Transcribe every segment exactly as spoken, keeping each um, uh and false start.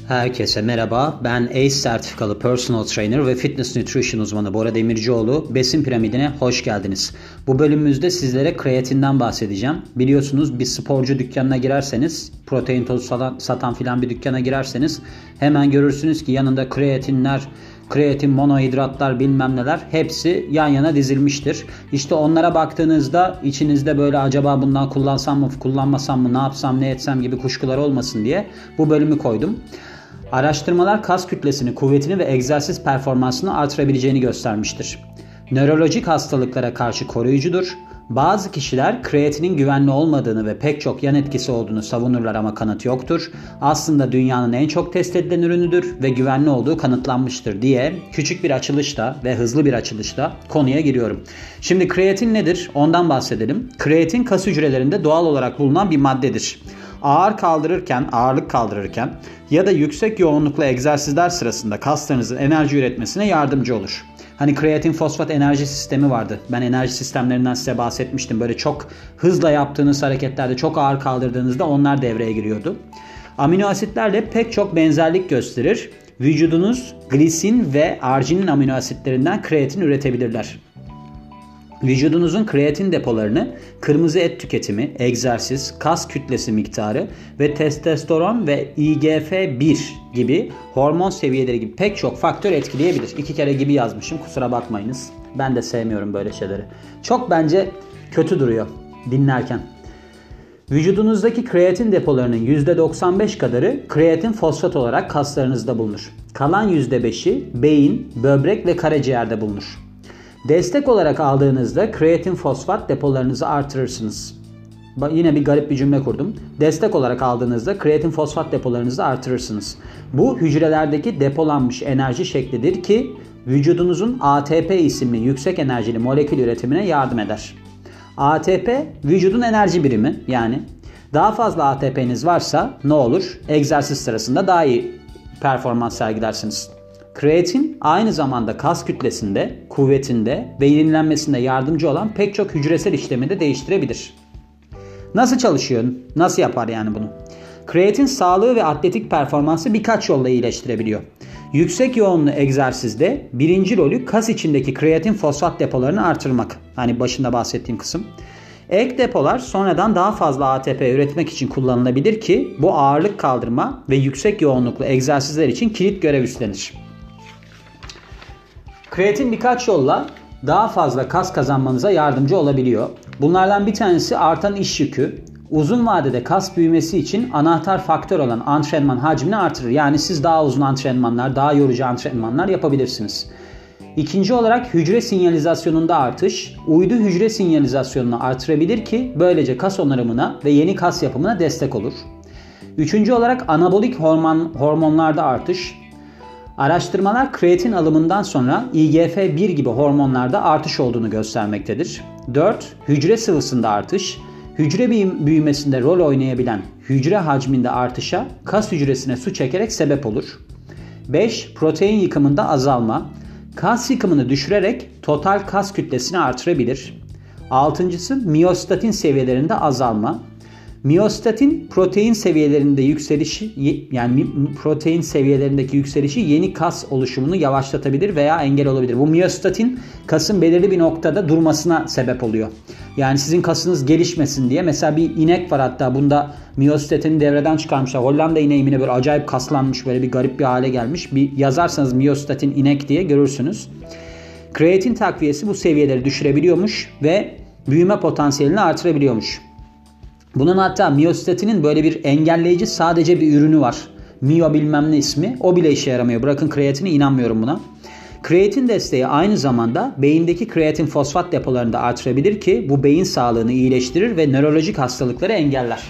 Herkese merhaba. Ben A C E sertifikalı personal trainer ve fitness nutrition uzmanı Bora Demircioğlu. Besin piramidine hoş geldiniz. Bu bölümümüzde sizlere kreatinden bahsedeceğim. Biliyorsunuz bir sporcu dükkanına girerseniz, protein tozu satan, satan filan bir dükkana girerseniz hemen görürsünüz ki yanında kreatinler, kreatin, monohidratlar bilmem neler hepsi yan yana dizilmiştir. İşte onlara baktığınızda içinizde böyle acaba bundan kullansam mı, kullanmasam mı, ne yapsam, ne etsem gibi kuşkular olmasın diye bu bölümü koydum. Araştırmalar kas kütlesini, kuvvetini ve egzersiz performansını artırabileceğini göstermiştir. Nörolojik hastalıklara karşı koruyucudur. Bazı kişiler kreatinin güvenli olmadığını ve pek çok yan etkisi olduğunu savunurlar ama kanıt yoktur. Aslında dünyanın en çok test edilen ürünüdür ve güvenli olduğu kanıtlanmıştır diye küçük bir açılışta ve hızlı bir açılışta konuya giriyorum. Şimdi kreatin nedir? Ondan bahsedelim. Kreatin kas hücrelerinde doğal olarak bulunan bir maddedir. Ağır kaldırırken, ağırlık kaldırırken ya da yüksek yoğunluklu egzersizler sırasında kaslarınızın enerji üretmesine yardımcı olur. Hani kreatin fosfat enerji sistemi vardı. Ben enerji sistemlerinden size bahsetmiştim. Böyle çok hızla yaptığınız hareketlerde, çok ağır kaldırdığınızda onlar devreye giriyordu. Amino asitlerle pek çok benzerlik gösterir. Vücudunuz glisin ve arginin amino asitlerinden kreatin üretebilirler. Vücudunuzun kreatin depolarını kırmızı et tüketimi, egzersiz, kas kütlesi miktarı ve testosteron ve I G F bir gibi hormon seviyeleri gibi pek çok faktör etkileyebilir. İki kere gibi yazmışım, kusura bakmayınız. Ben de sevmiyorum böyle şeyleri. Çok bence kötü duruyor dinlerken. Vücudunuzdaki kreatin depolarının yüzde doksan beş kadarı kreatin fosfat olarak kaslarınızda bulunur. Kalan yüzde beşi beyin, böbrek ve karaciğerde bulunur. Destek olarak aldığınızda kreatin fosfat depolarınızı artırırsınız. Yine bir garip bir cümle kurdum. Destek olarak aldığınızda kreatin fosfat depolarınızı artırırsınız. Bu hücrelerdeki depolanmış enerji şeklidir ki vücudunuzun A T P isimli yüksek enerjili molekül üretimine yardım eder. A T P vücudun enerji birimi, yani daha fazla A T P'niz varsa ne olur? Egzersiz sırasında daha iyi performans sergilersiniz. Kreatin aynı zamanda kas kütlesinde, kuvvetinde ve yenilenmesinde yardımcı olan pek çok hücresel işlemi de değiştirebilir. Nasıl çalışıyor? Nasıl yapar yani bunu? Kreatin sağlığı ve atletik performansı birkaç yolla iyileştirebiliyor. Yüksek yoğunlu egzersizde birinci rolü kas içindeki kreatin fosfat depolarını artırmak. Hani başında bahsettiğim kısım. Ek depolar sonradan daha fazla A T P üretmek için kullanılabilir ki bu ağırlık kaldırma ve yüksek yoğunluklu egzersizler için kilit görev üstlenir. Kreatin birkaç yolla daha fazla kas kazanmanıza yardımcı olabiliyor. Bunlardan bir tanesi artan iş yükü. Uzun vadede kas büyümesi için anahtar faktör olan antrenman hacmini artırır. Yani siz daha uzun antrenmanlar, daha yorucu antrenmanlar yapabilirsiniz. İkinci olarak hücre sinyalizasyonunda artış, uydu hücre sinyalizasyonunu artırabilir ki böylece kas onarımına ve yeni kas yapımına destek olur. Üçüncü olarak anabolik hormon, hormonlarda artış. Araştırmalar kreatin alımından sonra I G F bir gibi hormonlarda artış olduğunu göstermektedir. dört. Hücre sıvısında artış. Hücre büyümesinde rol oynayabilen hücre hacminde artışa kas hücresine su çekerek sebep olur. beş. Protein yıkımında azalma. Kas yıkımını düşürerek total kas kütlesini artırabilir. altıncısı miyostatin seviyelerinde azalma. Miyostatin protein seviyelerinde yükselişi, yani protein seviyelerindeki yükselişi yeni kas oluşumunu yavaşlatabilir veya engel olabilir. Bu miyostatin kasın belirli bir noktada durmasına sebep oluyor. Yani sizin kasınız gelişmesin diye, mesela bir inek var, hatta bunda miyostatini devreden çıkarmışlar. Hollanda ineği yine böyle acayip kaslanmış, böyle bir garip bir hale gelmiş. Bir yazarsanız miyostatin inek diye görürsünüz. Kreatin takviyesi bu seviyeleri düşürebiliyormuş ve büyüme potansiyelini artırabiliyormuş. Bunun hatta miyostatinin böyle bir engelleyici sadece bir ürünü var. Miyo bilmem ne ismi. O bile işe yaramıyor. Bırakın kreatine, inanmıyorum buna. Kreatin desteği aynı zamanda beyindeki kreatin fosfat depolarını da artırabilir ki bu beyin sağlığını iyileştirir ve nörolojik hastalıkları engeller.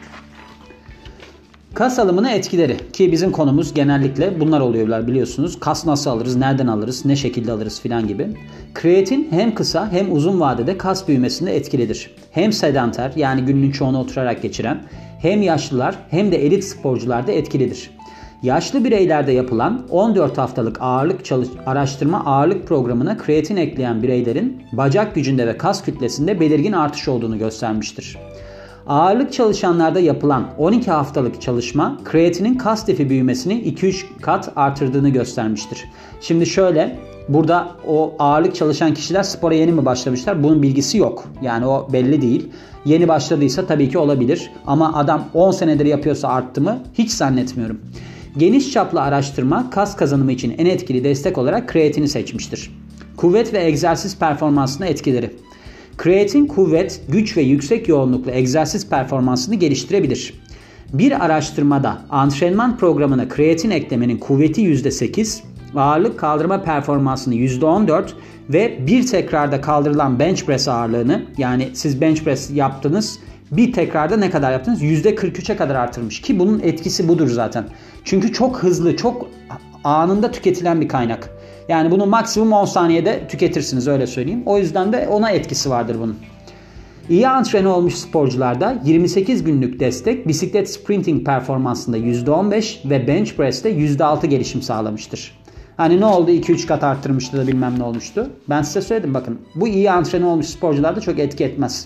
Kas alımına etkileri, ki bizim konumuz genellikle bunlar oluyorlar biliyorsunuz. Kas nasıl alırız, nereden alırız, ne şekilde alırız filan gibi. Kreatin hem kısa hem uzun vadede kas büyümesinde etkilidir. Hem sedanter, yani günün çoğunu oturarak geçiren, hem yaşlılar hem de elit sporcularda etkilidir. Yaşlı bireylerde yapılan on dört haftalık ağırlık çalış araştırma ağırlık programına kreatin ekleyen bireylerin bacak gücünde ve kas kütlesinde belirgin artış olduğunu göstermiştir. Ağırlık çalışanlarda yapılan on iki haftalık çalışma kreatinin kas lifi büyümesini iki üç kat artırdığını göstermiştir. Şimdi şöyle, burada o ağırlık çalışan kişiler spora yeni mi başlamışlar? Bunun bilgisi yok. Yani o belli değil. Yeni başladıysa tabii ki olabilir. Ama adam on senedir yapıyorsa arttı mı? Hiç zannetmiyorum. Geniş çaplı araştırma kas kazanımı için en etkili destek olarak kreatini seçmiştir. Kuvvet ve egzersiz performansına etkileri. Kreatin kuvvet, güç ve yüksek yoğunluklu egzersiz performansını geliştirebilir. Bir araştırmada antrenman programına kreatin eklemenin kuvveti yüzde sekiz, ağırlık kaldırma performansını yüzde on dört ve bir tekrarda kaldırılan bench press ağırlığını, yani siz bench press yaptınız, bir tekrarda ne kadar yaptınız? yüzde kırk üçe kadar artırmış ki bunun etkisi budur zaten. Çünkü çok hızlı, çok anında tüketilen bir kaynak. Yani bunu maksimum on saniyede tüketirsiniz, öyle söyleyeyim. O yüzden de ona etkisi vardır bunun. İyi antrene olmuş sporcularda yirmi sekiz günlük destek bisiklet sprinting performansında yüzde on beş ve bench press'te yüzde altı gelişim sağlamıştır. Hani ne oldu? iki üç kat arttırmıştı da bilmem ne olmuştu. Ben size söyledim, bakın bu iyi antrene olmuş sporcularda çok etki etmez.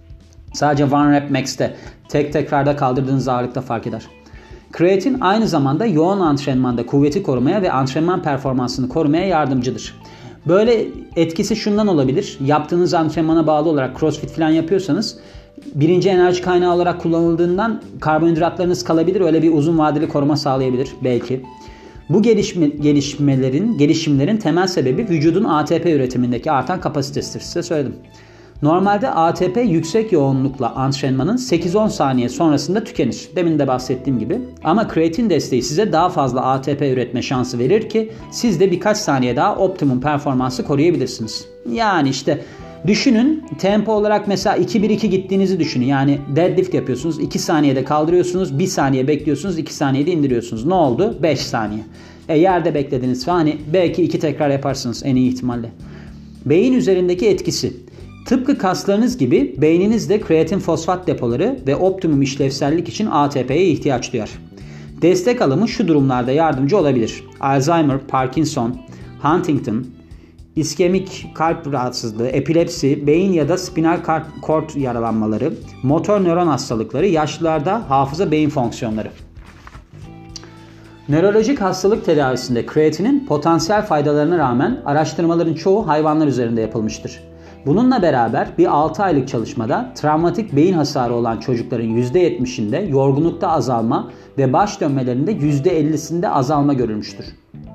Sadece one rep max'te tek tekrarda kaldırdığınız ağırlıkta fark eder. Kreatin aynı zamanda yoğun antrenmanda kuvveti korumaya ve antrenman performansını korumaya yardımcıdır. Böyle etkisi şundan olabilir. Yaptığınız antrenmana bağlı olarak crossfit falan yapıyorsanız birinci enerji kaynağı olarak kullanıldığından karbonhidratlarınız kalabilir. Öyle bir uzun vadeli koruma sağlayabilir belki. Bu gelişme, gelişmelerin, gelişimlerin temel sebebi vücudun A T P üretimindeki artan kapasitesidir. Size söyledim. Normalde A T P yüksek yoğunlukla antrenmanın sekiz on saniye sonrasında tükenir. Demin de bahsettiğim gibi. Ama kreatin desteği size daha fazla A T P üretme şansı verir ki siz de birkaç saniye daha optimum performansı koruyabilirsiniz. Yani işte düşünün, tempo olarak mesela iki bir iki gittiğinizi düşünün. Yani deadlift yapıyorsunuz, iki saniyede kaldırıyorsunuz, bir saniye bekliyorsunuz, iki saniyede indiriyorsunuz. Ne oldu? beş saniye. E yerde beklediniz falan, hani belki iki tekrar yaparsınız en iyi ihtimalle. Beyin üzerindeki etkisi. Tıpkı kaslarınız gibi beyniniz de kreatin fosfat depoları ve optimum işlevsellik için A T P'ye ihtiyaç duyar. Destek alımı şu durumlarda yardımcı olabilir: Alzheimer, Parkinson, Huntington, iskemik kalp rahatsızlığı, epilepsi, beyin ya da spinal kord yaralanmaları, motor nöron hastalıkları, yaşlılarda hafıza beyin fonksiyonları. Nörolojik hastalık tedavisinde kreatinin potansiyel faydalarına rağmen araştırmaların çoğu hayvanlar üzerinde yapılmıştır. Bununla beraber bir altı aylık çalışmada travmatik beyin hasarı olan çocukların yüzde yetmişinde yorgunlukta azalma ve baş dönmelerinde yüzde ellisinde azalma görülmüştür.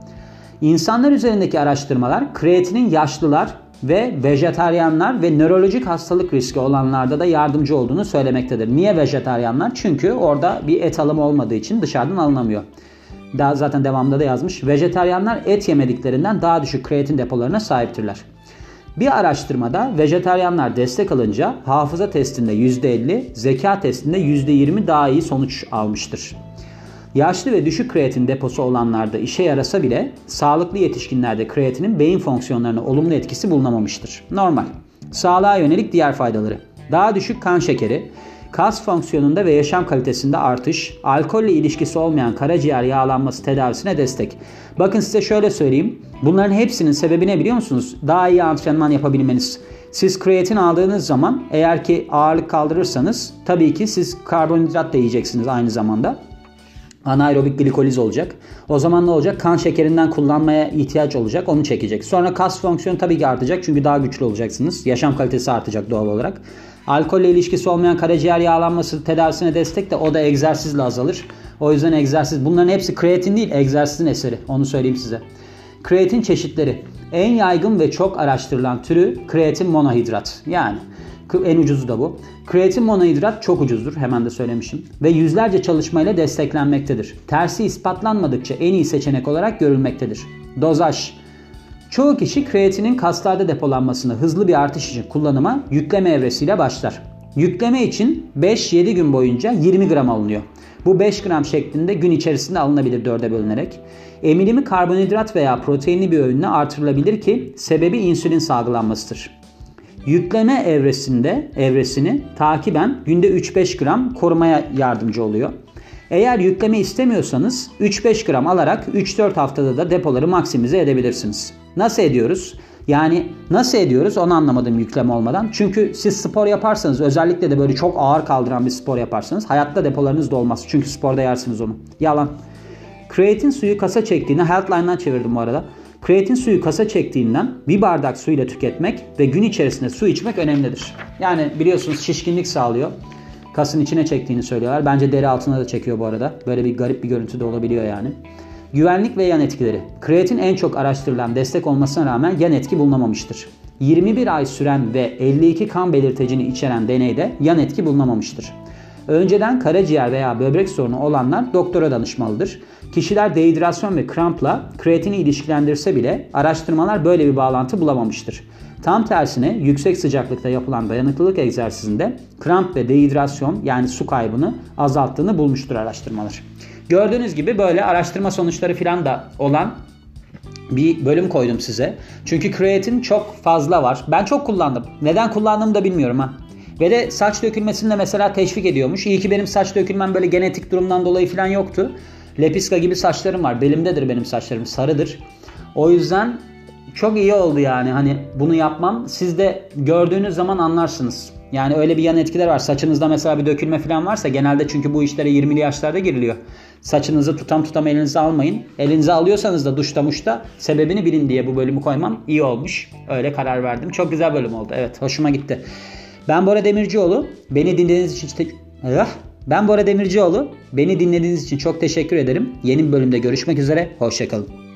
İnsanlar üzerindeki araştırmalar kreatinin yaşlılar ve vejetaryenler ve nörolojik hastalık riski olanlarda da yardımcı olduğunu söylemektedir. Niye vejetaryenler? Çünkü orada bir et alımı olmadığı için dışarıdan alınamıyor. Daha zaten devamında da yazmış. Vejetaryenler et yemediklerinden daha düşük kreatin depolarına sahiptirler. Bir araştırmada vejetaryenler destek alınca hafıza testinde yüzde elli, zeka testinde yüzde yirmi daha iyi sonuç almıştır. Yaşlı ve düşük kreatin deposu olanlarda işe yarasa bile sağlıklı yetişkinlerde kreatinin beyin fonksiyonlarına olumlu etkisi bulunamamıştır. Normal. Sağlığa yönelik diğer faydaları: daha düşük kan şekeri, kas fonksiyonunda ve yaşam kalitesinde artış, alkolle ilişkisi olmayan karaciğer yağlanması tedavisine destek. Bakın size şöyle söyleyeyim. Bunların hepsinin sebebi ne biliyor musunuz? Daha iyi antrenman yapabilmeniz. Siz kreatin aldığınız zaman, eğer ki ağırlık kaldırırsanız, tabii ki siz karbonhidrat da yiyeceksiniz aynı zamanda. Anaerobik glikoliz olacak. O zaman ne olacak? Kan şekerinden kullanmaya ihtiyaç olacak. Onu çekecek. Sonra kas fonksiyonu tabii ki artacak. Çünkü daha güçlü olacaksınız. Yaşam kalitesi artacak doğal olarak. Alkolle ilişkisi olmayan karaciğer yağlanması tedavisine destek de o da egzersizle azalır. O yüzden egzersiz. Bunların hepsi kreatin değil, egzersizin eseri. Onu söyleyeyim size. Kreatin çeşitleri. En yaygın ve çok araştırılan türü kreatin monohidrat. Yani en ucuzu da bu. Kreatin monohidrat çok ucuzdur. Hemen de söylemişim. Ve yüzlerce çalışmayla desteklenmektedir. Tersi ispatlanmadıkça en iyi seçenek olarak görülmektedir. Dozaj. Çoğu kişi kreatinin kaslarda depolanmasını hızlı bir artış için kullanıma yükleme evresiyle başlar. Yükleme için beş yedi gün boyunca yirmi gram alınıyor. Bu beş gram şeklinde gün içerisinde alınabilir dörde bölünerek. Emilimi karbonhidrat veya proteinli bir öğünle artırılabilir ki sebebi insülin salgılanmasıdır. Yükleme evresinde evresini takiben günde üç beş gram korumaya yardımcı oluyor. Eğer yükleme istemiyorsanız üç beş gram alarak üç dört haftada da depoları maksimize edebilirsiniz. Nasıl ediyoruz? Yani nasıl ediyoruz onu anlamadım yükleme olmadan. Çünkü siz spor yaparsanız, özellikle de böyle çok ağır kaldıran bir spor yaparsanız hayatta depolarınız dolmaz. Çünkü sporda yersiniz onu. Yalan. Kreatin suyu kasa çektiğinde, Healthline'dan çevirdim bu arada. Kreatin suyu kasa çektiğinden bir bardak suyla tüketmek ve gün içerisinde su içmek önemlidir. Yani biliyorsunuz şişkinlik sağlıyor. Kasın içine çektiğini söylüyorlar. Bence deri altına da çekiyor bu arada. Böyle bir garip bir görüntü de olabiliyor yani. Güvenlik ve yan etkileri. Kreatin en çok araştırılan destek olmasına rağmen yan etki bulunamamıştır. yirmi bir ay süren ve elli iki kan belirtecini içeren deneyde yan etki bulunamamıştır. Önceden karaciğer veya böbrek sorunu olanlar doktora danışmalıdır. Kişiler dehidrasyon ve krampla kreatini ilişkilendirse bile araştırmalar böyle bir bağlantı bulamamıştır. Tam tersine yüksek sıcaklıkta yapılan dayanıklılık egzersizinde kramp ve dehidrasyon yani su kaybını azalttığını bulmuştur araştırmalar. Gördüğünüz gibi böyle araştırma sonuçları falan da olan bir bölüm koydum size. Çünkü kreatin çok fazla var. Ben çok kullandım. Neden kullandığımı da bilmiyorum ha. Ve de saç dökülmesini de mesela teşvik ediyormuş. İyi ki benim saç dökülmem böyle genetik durumdan dolayı falan yoktu. Lepiska gibi saçlarım var. Belimdedir benim saçlarım. Sarıdır. O yüzden çok iyi oldu yani. Hani bunu yapmam. Siz de gördüğünüz zaman anlarsınız. Yani öyle bir yan etkiler var. Saçınızda mesela bir dökülme falan varsa genelde, çünkü bu işlere yirmili yaşlarda giriliyor. Saçınızı tutam tutam elinize almayın. Elinize alıyorsanız da duşta muşta sebebini bilin diye bu bölümü koymam iyi olmuş. Öyle karar verdim. Çok güzel bölüm oldu. Evet, hoşuma gitti. Ben Bora Demircioğlu. Beni dinlediğiniz için te- Ben Bora Demircioğlu. Beni dinlediğiniz için çok teşekkür ederim. Yeni bir bölümde görüşmek üzere. Hoşça kalın.